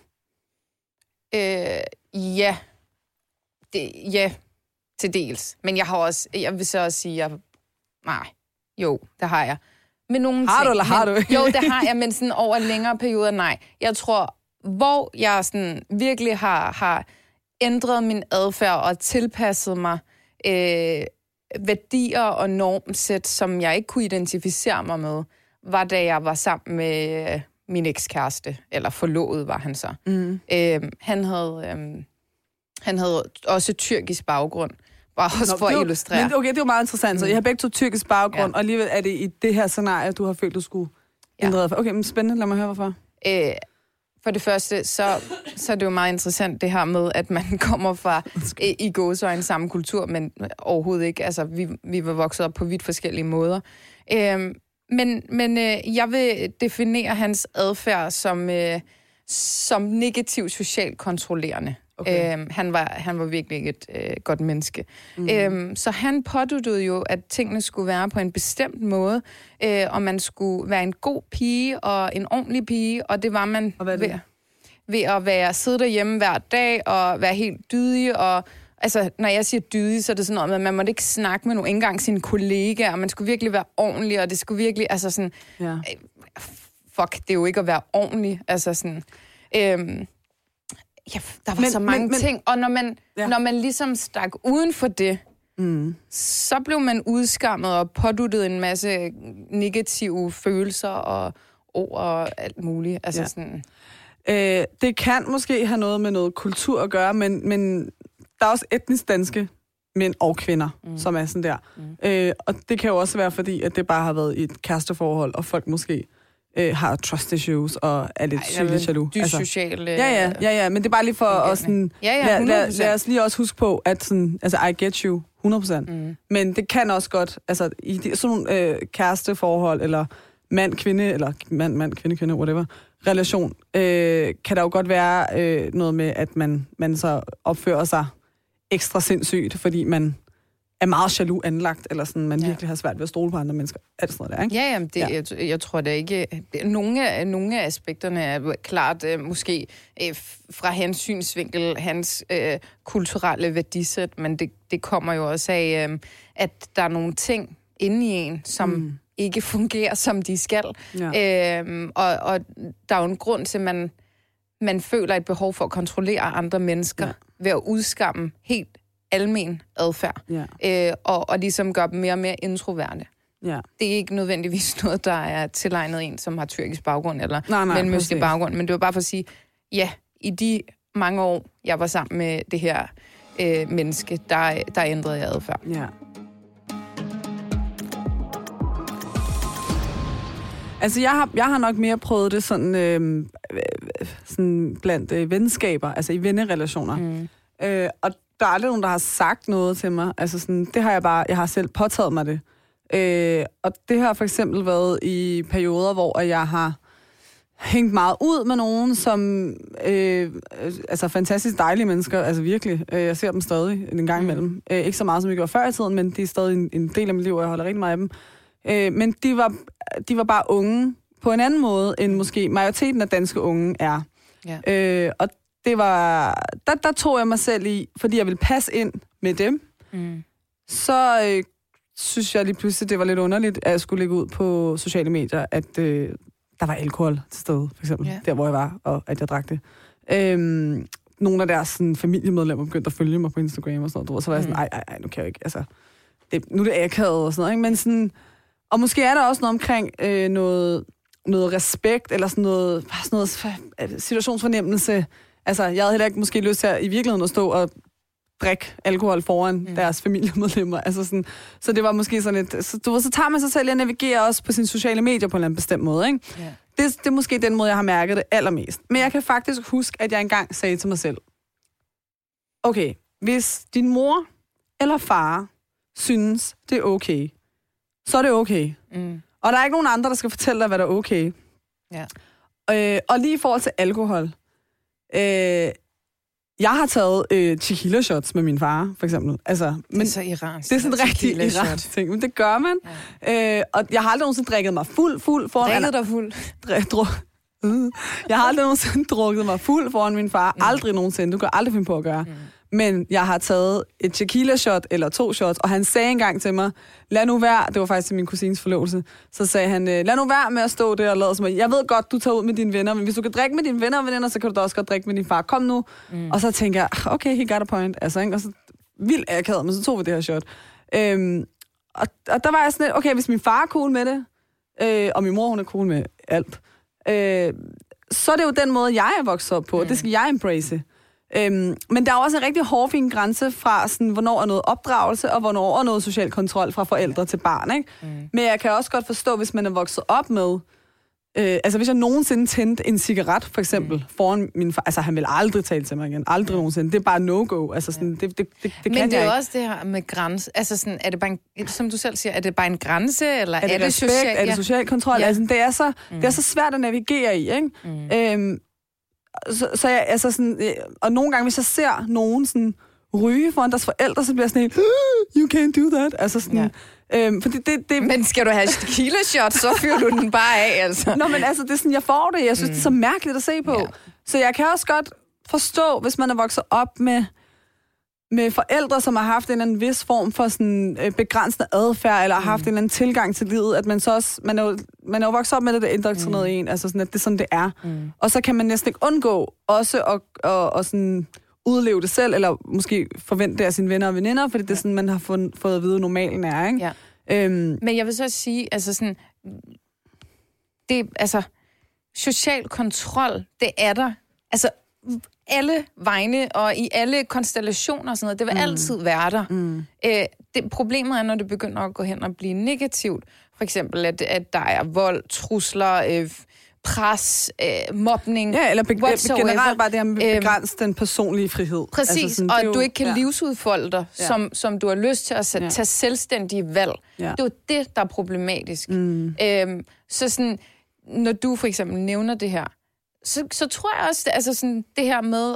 Øh, ja. Det, ja, til dels. Men jeg har også, jeg vil så også sige, jeg, nej, jo, det har jeg. Men nogle
har
ting,
du, eller har
men,
du?
Jo, det har jeg, men sådan over længere perioder, nej. Jeg tror, hvor jeg sådan virkelig har... har ændret min adfærd og tilpasset mig, øh, værdier og normsæt, som jeg ikke kunne identificere mig med, var da jeg var sammen med øh, min ekskæreste, eller forlovet var han så. Mm. Øh, han havde øh, han havde også tyrkisk baggrund, bare også Nå, for at illustrere.
Men okay, det er jo meget interessant. Mm. Så jeg har begge to tyrkisk baggrund, ja. Og alligevel er det i det her scenarie, du har følt, du skulle ændre ja. Okay, men spændende. Lad mig høre, hvorfor.
Øh, For det første, så, så er det jo meget interessant det her med, at man kommer fra i, i gåseøjne samme kultur, men overhovedet ikke. Altså, vi, vi var vokset op på vidt forskellige måder. Øhm, men men øh, jeg vil definere hans adfærd som, øh, som negativt socialt kontrollerende. Okay. Øhm, han, var, han var virkelig ikke et øh, godt menneske. Mm. Øhm, så han påduttede jo, at tingene skulle være på en bestemt måde, øh, og man skulle være en god pige og en ordentlig pige, og det var man ved, ved at være sidde derhjemme hver dag og være helt dydig. Og, altså, når jeg siger dydig, så er det sådan noget med, at man måtte ikke snakke med nogen, ikke engang sine kollegaer, og man skulle virkelig være ordentlig, og det skulle virkelig, altså sådan, ja. øh, fuck, det er jo ikke at være ordentlig, altså sådan... Øh, Ja, der var men, så mange men, ting, og når man, ja. når man ligesom stak uden for det, mm. så blev man udskammet og påduttet en masse negative følelser og ord og alt muligt. Altså ja. sådan...
øh, det kan måske have noget med noget kultur at gøre, men, men der er også etnisk danske mænd og kvinder, mm. som er sådan der. Mm. Øh, og det kan jo også være, fordi at det bare har været i et kæresteforhold, og folk måske... Øh, har trust issues og er lidt sygt jaloux.
Dyssociale...
Altså, ja, ja, ja, ja, men det er bare lige for at sådan...
Ja, ja,
lad, lad, lad os lige også huske på, at sådan... Altså, I get you, hundrede procent. Mm. Men det kan også godt... Altså, i de, sådan nogle øh, kæresteforhold, eller mand-kvinde, eller mand-mand, kvinde-kvinde, whatever, relation, øh, kan der jo godt være øh, noget med, at man, man så opfører sig ekstra sindssygt, fordi man... er meget jaloux anlagt, eller sådan, man ja. virkelig har svært ved at stole på andre mennesker. Er det sådan noget der, ikke?
Ja, jamen, det, ja. Jeg, jeg tror da ikke... Nogle af, nogle af aspekterne er klart øh, måske øh, fra hans synsvinkel, hans øh, kulturelle værdisæt, men det, det kommer jo også af, øh, at der er nogle ting inde i en, som mm. ikke fungerer, som de skal. Ja. Øh, og, og der er jo en grund til, at man, man føler et behov for at kontrollere andre mennesker ja. ved at udskamme helt almen adfærd, ja. øh, og, og ligesom gør dem mere og mere introverte. Ja. Det er ikke nødvendigvis noget, der er tilegnet en, som har tyrkisk baggrund, eller mellemøstlig baggrund, men det var bare for at sige, ja, i de mange år, jeg var sammen med det her øh, menneske, der, der ændrede jeg adfærd. Ja.
Altså, jeg har, jeg har nok mere prøvet det sådan, øh, sådan blandt øh, venskaber, altså i vennerelationer. Mm. Øh, og der er aldrig nogen, der har sagt noget til mig. Altså sådan, det har jeg bare, jeg har selv påtaget mig det. Øh, og det har for eksempel været i perioder, hvor jeg har hængt meget ud med nogen, som øh, altså fantastisk dejlige mennesker, altså virkelig. Øh, jeg ser dem stadig en gang imellem. Mm. Øh, ikke så meget, som jeg gjorde før i tiden, men de er stadig en, en del af mit liv, og jeg holder rigtig meget af dem. Øh, men de var, de var bare unge på en anden måde, end måske majoriteten af danske unge er. Ja. Øh, og det var, der, der tog jeg mig selv i, fordi jeg ville passe ind med dem. Mm. Så øh, synes jeg lige pludselig, det var lidt underligt, at jeg skulle lægge ud på sociale medier, at øh, der var alkohol til stede, for eksempel, yeah. der hvor jeg var, og at jeg drak det. Øhm, nogle af deres sådan, familiemedlemmer begyndte at følge mig på Instagram og sådan noget, så var jeg sådan, ej, ej, ej, nu kan jeg ikke, altså, det, nu er det akavet og sådan noget, ikke? Men sådan, og måske er der også noget omkring øh, noget, noget respekt, eller sådan noget, sådan noget situationsfornemmelse. Altså, jeg havde heller ikke måske lyst til at, i virkeligheden at stå og drikke alkohol foran mm. deres familiemedlemmer. Altså sådan, så det var måske sådan et... Så, du ved, så tager man sig selv og navigerer også på sine sociale medier på en eller anden bestemt måde, ikke? Yeah. Det, det er måske den måde, jeg har mærket det allermest. Men jeg kan faktisk huske, at jeg engang sagde til mig selv, okay, hvis din mor eller far synes, det er okay, så er det okay. Mm. Og der er ikke nogen andre, der skal fortælle dig, hvad der er okay. Yeah. Øh, og lige i forhold til alkohol, Øh, jeg har taget øh, tequila shots med min far, for eksempel. Altså, men
det er så iransk.
Det er sådan en rigtig iransk ting, men det gør man. Ja. Øh, og jeg har aldrig nogensinde drikket mig fuld, fuld foran...
Drikket dig fuld?
Dr- dr- uh. Jeg har aldrig nogensinde drukket mig fuld foran min far. Mm. Aldrig nogensinde. Du kan aldrig finde på at gøre. Mm. Men jeg har taget et tequila shot, eller to shots, og han sagde engang til mig, lad nu være, det var faktisk til min kusines forlovelse, så sagde han, lad nu være med at stå der og lade som, jeg ved godt, du tager ud med dine venner, men hvis du kan drikke med dine venner og veninder, så kan du da også godt drikke med din far. Kom nu. Mm. Og så tænker jeg, okay, he got a point. Altså, ikke? Og så vildt akavet, men så tog vi det her shot. Øhm, og, og der var jeg sådan lidt, okay, hvis min far er cool med det, øh, og min mor, hun er cool med alt, øh, så er det jo den måde, jeg er vokset op på, mm. og det skal jeg embrace. Øhm, men der er også en rigtig hårfin grænse fra, sådan, hvornår er noget opdragelse, og hvornår er noget social kontrol fra forældre til barn, ikke? Mm. Men jeg kan også godt forstå, hvis man er vokset op med, øh, altså hvis jeg nogensinde tændte en cigaret, for eksempel, mm. foran min far, altså han vil aldrig tale til mig igen, aldrig mm. nogensinde, det er bare no-go, altså sådan, det, det, det, det kan
Men det er
jeg
jo
ikke.
også det her med grænse, altså sådan, er det bare en, som du selv siger, er det bare en grænse, eller
er det,
er det
respekt,
social?
er det social kontrol,
ja.
altså det er, så,
mm.
det er så svært at navigere i, ikke? Mm. Øhm, Så, så jeg, altså sådan, og nogle gange, hvis jeg ser nogen sådan ryge foran deres forældre, så bliver jeg sådan helt, you can't do that. Altså sådan, ja. øhm, for det, det, det,
men skal du have tequila shot, så fyrer du den bare af, altså.
Nå, men altså, det er sådan, jeg får det. Jeg synes, mm. det er så mærkeligt at se på. Ja. Så jeg kan også godt forstå, hvis man er vokset op med, med forældre, som har haft en eller anden vis form for sådan, øh, begrænsende adfærd, eller har haft mm. en eller anden tilgang til livet, at man så også, man er jo, man er jo vokset op med det, der indoktrineret mm. en, altså sådan, at det er sådan, det er. Mm. Og så kan man næsten ikke undgå også at, at, at sådan udleve det selv, eller måske forvente det af sine venner og veninder, fordi det er sådan, man har fået, fået at vide, normalen er, ikke?
Ja.
Øhm,
Men jeg vil så sige, altså sådan, det, altså, social kontrol, det er der, altså, alle vegne og i alle konstellationer og sådan noget. Det vil mm. altid være der. Mm. Æ, det, problemet er, når det begynder at gå hen og blive negativt. For eksempel, at, at der er vold, trusler, øh, pres, øh, mobning.
Ja, eller be- generelt bare det her med at begrænse øh, den personlige frihed.
Præcis, altså sådan, og at jo, du ikke kan ja. livsudfolde dig, ja. som, som du har lyst til at sætte, ja. tage selvstændige valg. Ja. Det er jo det, der er problematisk. Mm. Æm, så sådan, når du for eksempel nævner det her, Så, så tror jeg også, altså sådan, det her med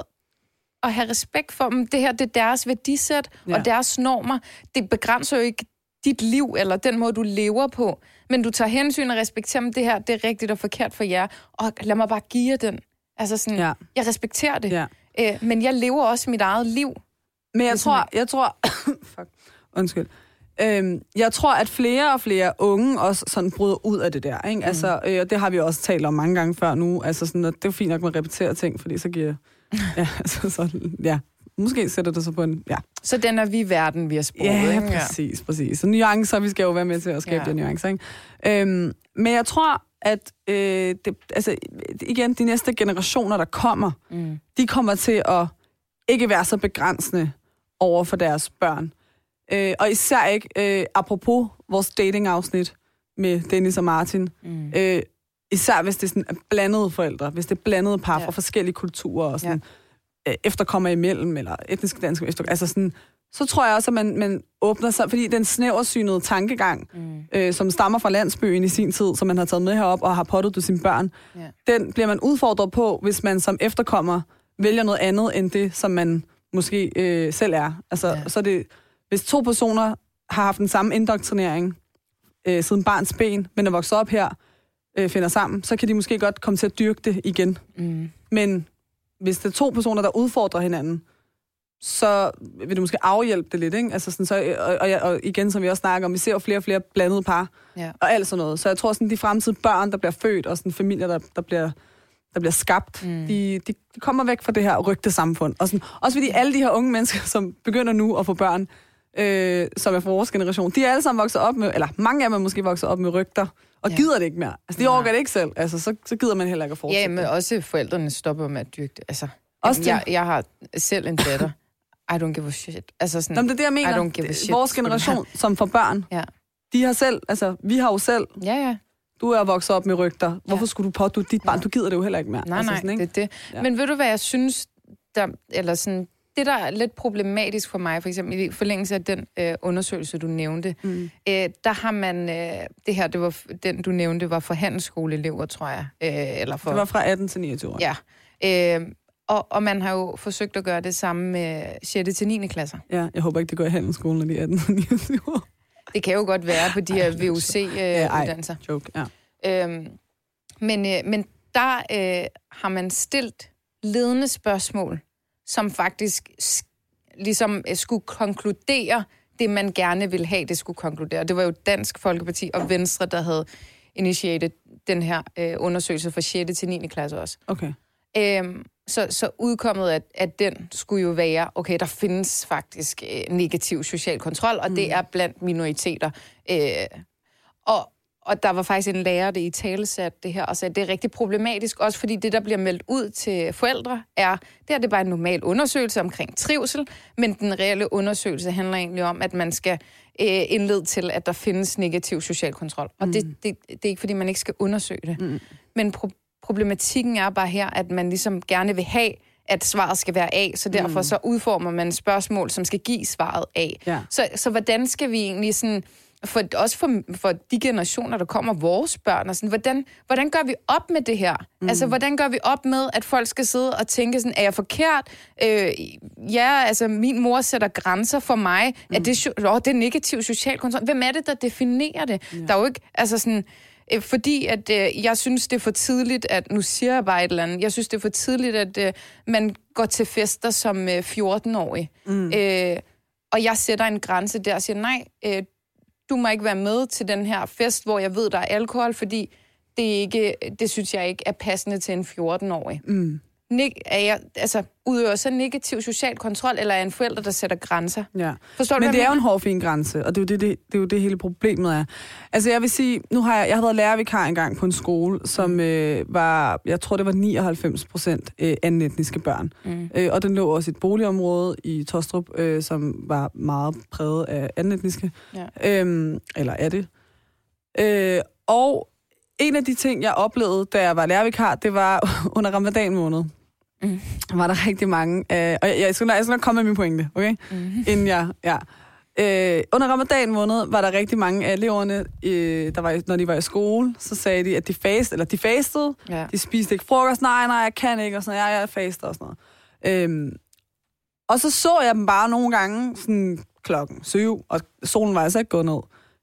at have respekt for dem, det her, det er deres værdisæt ja. og deres normer. Det begrænser jo ikke dit liv, eller den måde, du lever på. Men du tager hensyn og respekterer dem, det her, det er rigtigt og forkert for jer. Og lad mig bare give jer den. Altså sådan, ja. jeg respekterer det. Ja. Æ, men jeg lever også mit eget liv.
Men jeg tror, jeg tror... Fuck. Undskyld. Øhm, jeg tror, at flere og flere unge også sådan bryder ud af det der, ikke? Mm. Altså, øh, det har vi også talt om mange gange før nu. Altså sådan, at det er jo fint nok med at repetere ting, fordi så giver... Ja, altså så... Ja. Måske sætter det så på en... Ja.
Så den er vi verden, vi har sproget,
ja,
ikke?
præcis, ja, præcis. Så nuancer, vi skal jo være med til at skabe ja. de nuancer, ikke? Øhm, men jeg tror, at øh, det, altså, igen, de næste generationer, der kommer, mm. de kommer til at ikke være så begrænsende over for deres børn. Øh, og især ikke, øh, apropos vores dating-afsnit med Dennis og Martin, mm. øh, især hvis det er sådan blandede forældre, hvis det er blandede par ja. fra forskellige kulturer og sådan... Ja. efterkommer imellem, eller etniske danske efter, altså sådan, så tror jeg også, at man, man åbner sig, fordi den snæversynede tankegang, mm. øh, som stammer fra landsbyen i sin tid, som man har taget med herop og har pottet til sine børn, yeah. den bliver man udfordret på, hvis man som efterkommer vælger noget andet, end det, som man måske øh, selv er. Altså, yeah. så er det, hvis to personer har haft den samme indoktrinering øh, siden barns ben, men er vokset op her, øh, finder sammen, så kan de måske godt komme til at dyrke det igen. Mm. Men hvis det er to personer, der udfordrer hinanden, så vil det måske afhjælpe det lidt, ikke? Altså sådan, så, og, og, og igen, som vi også snakker om, vi ser jo flere og flere blandede par, ja. og alt sådan noget. Så jeg tror, sådan de fremtidige børn, der bliver født, og sådan familier, der, der, bliver, der bliver skabt, mm. de, de, de kommer væk fra det her rygte samfund. Og sådan, også fordi alle de her unge mennesker, som begynder nu at få børn, øh, som er fra vores generation, de er alle sammen vokset op med, eller mange af dem er måske vokset op med rygter, og ja. gider det ikke mere. Altså, de overgår det ikke selv. Altså, så, så gider man heller ikke at fortsætte.
Ja, men også forældrene stopper med at dyrke det. Altså, også jeg, jeg har selv en datter. I don't give a shit. Altså sådan,
Nå, det er det, jeg mener.
I don't give a shit.
Vores generation, som får børn, ja. de har selv, altså, vi har jo selv.
Ja, ja.
Du er vokset op med rygter. Hvorfor ja. skulle du pådutte dit barn? Du gider det jo heller ikke mere.
Nej,
altså,
nej,
sådan, ikke?
det er det. Ja. Men ved du, hvad jeg synes, der, eller sådan, det, der er lidt problematisk for mig, for eksempel i forlængelse af den øh, undersøgelse, du nævnte, mm. øh, der har man, øh, det her, det var, den du nævnte, var for handelsskoleelever, tror jeg. Øh, eller for,
det var fra atten til niogtyve år.
Ja. Øh, og, og man har jo forsøgt at gøre det samme med sjette til niende klasser. Ja,
jeg håber ikke, det går i handelsskolen, når de er atten til niogtyve år.
Det kan jo godt være på de her V U C-uddannelser.
Øh, joke, ja.
Øh, men, øh, men der øh, har man stillet ledende spørgsmål, som faktisk ligesom skulle konkludere det, man gerne ville have, det skulle konkludere. Det var jo Dansk Folkeparti og Venstre, der havde initieret den her øh, undersøgelse fra sjette til niende klasse også.
Okay.
Øhm, Så, så udkommet af, af den skulle jo være, okay, der findes faktisk øh, negativ social kontrol, og mm. det er blandt minoriteter. Øh, og, og der var faktisk en lærer, der i talesat det her, og sagde, det er rigtig problematisk, også fordi det, der bliver meldt ud til forældre, er, det er det bare en normal undersøgelse omkring trivsel, men den reelle undersøgelse handler egentlig om, at man skal øh, indlede til, at der findes negativ social kontrol. Og mm. det, det, det er ikke, fordi man ikke skal undersøge det. Mm. Men pro- problematikken er bare her, at man ligesom gerne vil have, at svaret skal være A, så derfor mm. så udformer man spørgsmål, som skal give svaret A. Ja. Så, så hvordan skal vi egentlig sådan, for, også for, for de generationer, der kommer, vores børn, og sådan, hvordan, hvordan gør vi op med det her? Mm. Altså, hvordan gør vi op med, at folk skal sidde og tænke sådan, er jeg forkert? Øh, ja, altså, min mor sætter grænser for mig. Mm. Er det, åh, det er negativ social kontrol. Hvem er det, der definerer det? Ja. Der er jo ikke, altså sådan... Fordi at øh, jeg synes, det er for tidligt, at... Nu siger jeg bare et eller andet. Jeg synes, det er for tidligt, at øh, man går til fester som øh, fjorten-årig. Mm. Øh, og jeg sætter en grænse der og siger, nej, øh, du må ikke være med til den her fest, hvor jeg ved, der er alkohol, fordi det, er ikke, det synes jeg ikke er passende til en fjorten-årig. Mm. Er jeg, altså, udøver så negativ social kontrol, eller er en forælder, der sætter grænser? Ja. Forstår du,
men det er jo en hårfin grænse, og det er, jo det, det, det er jo det hele problemet er. Altså jeg vil sige, nu har jeg, jeg har været lærervikar engang på en skole, som øh, var, jeg tror det var nioghalvfems procent øh, anden etniske børn. Mm. Øh, og den lå også i et boligområde i Tostrup, øh, som var meget præget af anden etniske. Ja. Øhm, eller er det. Øh, og en af de ting, jeg oplevede, da jeg var lærervikar, det var under ramadan måned. Mm. Var der rigtig mange, øh, og jeg, jeg, skal nok, jeg skal nok komme med min pointe, okay? Mm. Inden jeg, ja. Øh, under ramadan måned var der rigtig mange af eleverne, øh, der var, når de var i skole, så sagde de, at de fastede, eller de fastede, ja. De spiste ikke frokost, nej, nej, jeg kan ikke, og sådan noget, jeg, jeg faster og sådan noget. Øhm, og så så jeg dem bare nogle gange, sådan klokken syv, og solen var altså ikke gået ned.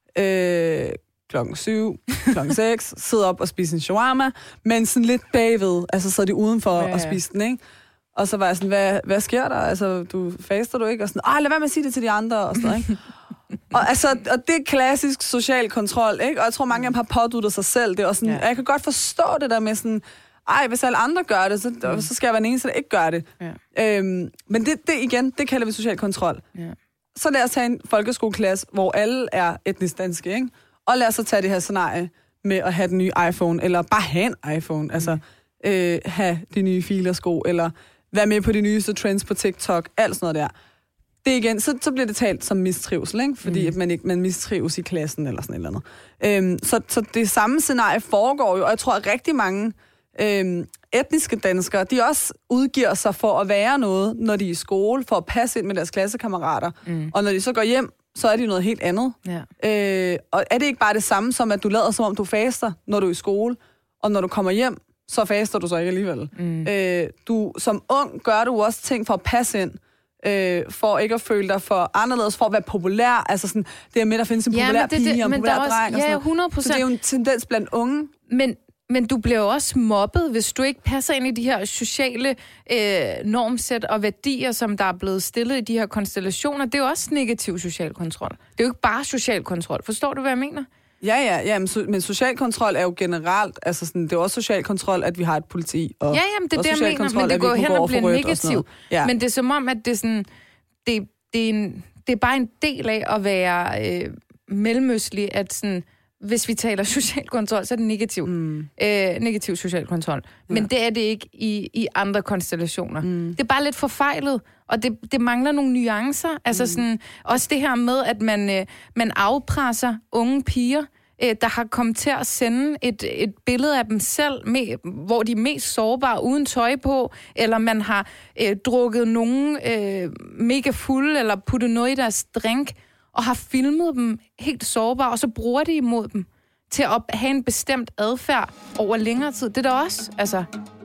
Øh, klokken syv, klokken seks, sidde op og spise en shawarma, men sådan lidt bagved, altså så er de udenfor ja, ja. Og spise den, ikke? Og så var jeg sådan, hvad, hvad sker der? Altså, du faster du ikke? Og sådan, ej, lad være med at sige det til de andre, og sådan noget, ikke? og, altså, og det er klassisk social kontrol, ikke? Og jeg tror, mange af dem har påduttet sig selv det, og sådan, ja. Jeg kan godt forstå det der med sådan, ej, hvis alle andre gør det, så, mm. så skal jeg være den eneste, der ikke gør det. Ja. Øhm, men det, det igen, det kalder vi social kontrol. Ja. Så lad os tage en folkeskoleklasse, hvor alle er etnisk danske, ikke? Og lad os så tage det her scenarie med at have den nye iPhone, eller bare have en iPhone, mm. altså øh, have de nye filersko, eller være med på de nyeste trends på TikTok, alt sådan noget der. Det igen, så, så bliver det talt som mistrivsel, ikke? Fordi mm. at man ikke man mistrives i klassen, eller sådan et eller andet. Øhm, så, så det samme scenarie foregår jo, og jeg tror, at rigtig mange øhm, etniske danskere, de også udgiver sig for at være noget, når de er i skole, for at passe ind med deres klassekammerater. Mm. Og når de så går hjem, så er det noget helt andet. Ja. Øh, og er det ikke bare det samme som, at du lader som om, du faster, når du er i skole, og når du kommer hjem, så faster du så ikke alligevel. Mm. Øh, du, som ung gør du også ting for at passe ind, øh, for ikke at føle dig for anderledes, for at være populær. Altså sådan, det er med, der findes en populær ja, det, pige det, og en populær også, dreng. Og
ja, hundrede procent.
Så det er jo en tendens blandt unge.
Men Men du bliver jo også mobbet, hvis du ikke passer ind i de her sociale øh, normsæt og værdier, som der er blevet stillet i de her konstellationer. Det er jo også negativ social kontrol. Det er jo ikke bare social kontrol. Forstår du, hvad jeg mener?
Ja, ja, ja, men, so, men social kontrol er jo generelt, altså sådan, det er også social kontrol, at vi har et politi. Og
ja, jamen, det er det, jeg mener, kontrol, men det går hen og bliver negativt. Ja. Men det er som om, at det er sådan, det, det, er, en, det er bare en del af at være øh, mellemøstlig, at sådan... Hvis vi taler social kontrol, så er det negativ. Mm. Øh, negativ social kontrol. Men ja. Det er det ikke i, i andre konstellationer. Mm. Det er bare lidt forfejlet, og det, det mangler nogle nuancer. Altså mm. sådan, også det her med, at man, øh, man afpresser unge piger, øh, der har kommet til at sende et, et billede af dem selv, med, hvor de er mest sårbare, uden tøj på, eller man har øh, drukket nogen øh, mega fulde, eller puttet noget i deres drink, og har filmet dem helt sårbare, og så bruger de imod dem til at have en bestemt adfærd over længere tid. Det er der også, altså.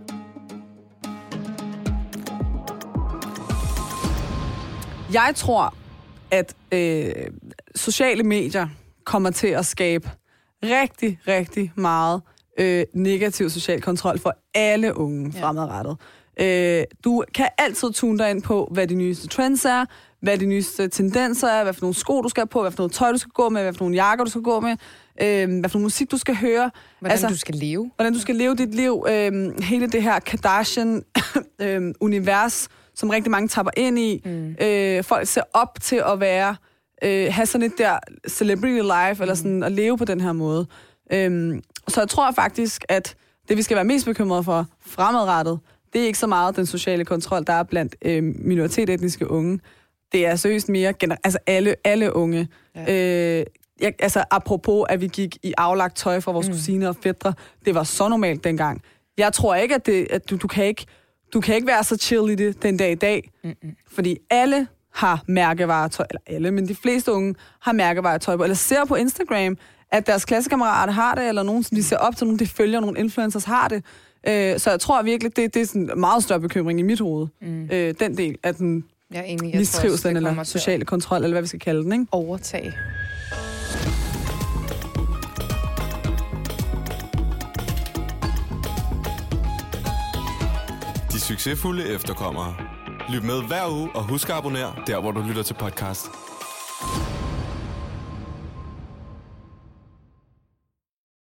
Jeg tror, at øh, sociale medier kommer til at skabe rigtig, rigtig meget øh, negativ social kontrol for alle unge ja. Fremadrettet. Øh, du kan altid tune dig ind på, hvad de nyeste trends er, hvad de nyeste tendenser er, hvad for nogle sko du skal have på, hvad for noget tøj du skal gå med, hvad for nogle jakker du skal gå med. øh, hvad for musik du skal høre.
Hvordan altså, du skal leve.
Hvordan du skal leve dit liv. Øh, hele det her Kardashian-univers, som rigtig mange tapper ind i. Mm. Øh, folk ser op til at være, øh, have sådan et der celebrity life, mm. eller sådan at leve på den her måde. Øh, så jeg tror faktisk, at det vi skal være mest bekymrede for fremadrettet, det er ikke så meget den sociale kontrol, der er blandt øh, minoritetsetniske unge. Det er seriøst mere gener- altså alle, alle unge. Ja. Øh, jeg, altså apropos, at vi gik i aflagt tøj fra vores mm. kusiner og fætre, det var så normalt dengang. Jeg tror ikke, at, det, at du, du, kan ikke, du kan ikke være så chill i det den dag i dag, Mm-mm. fordi alle har mærkevaretøj, eller alle, men de fleste unge har mærkevaretøj på, eller ser på Instagram, at deres klassekammerater har det, eller nogen, som de ser op til, nogen de følger, nogle influencers har det. Øh, så jeg tror virkelig, det, det er sådan en meget større bekymring i mit hoved. Mm. Øh, den del af den
jeg er enig, jeg
mistrivsel eller sociale kontrol, eller hvad vi skal kalde den, ikke?
Overtag.
De succesfulde efterkommere. Lyt med hver uge, og husk at abonnere der, hvor du lytter til podcast.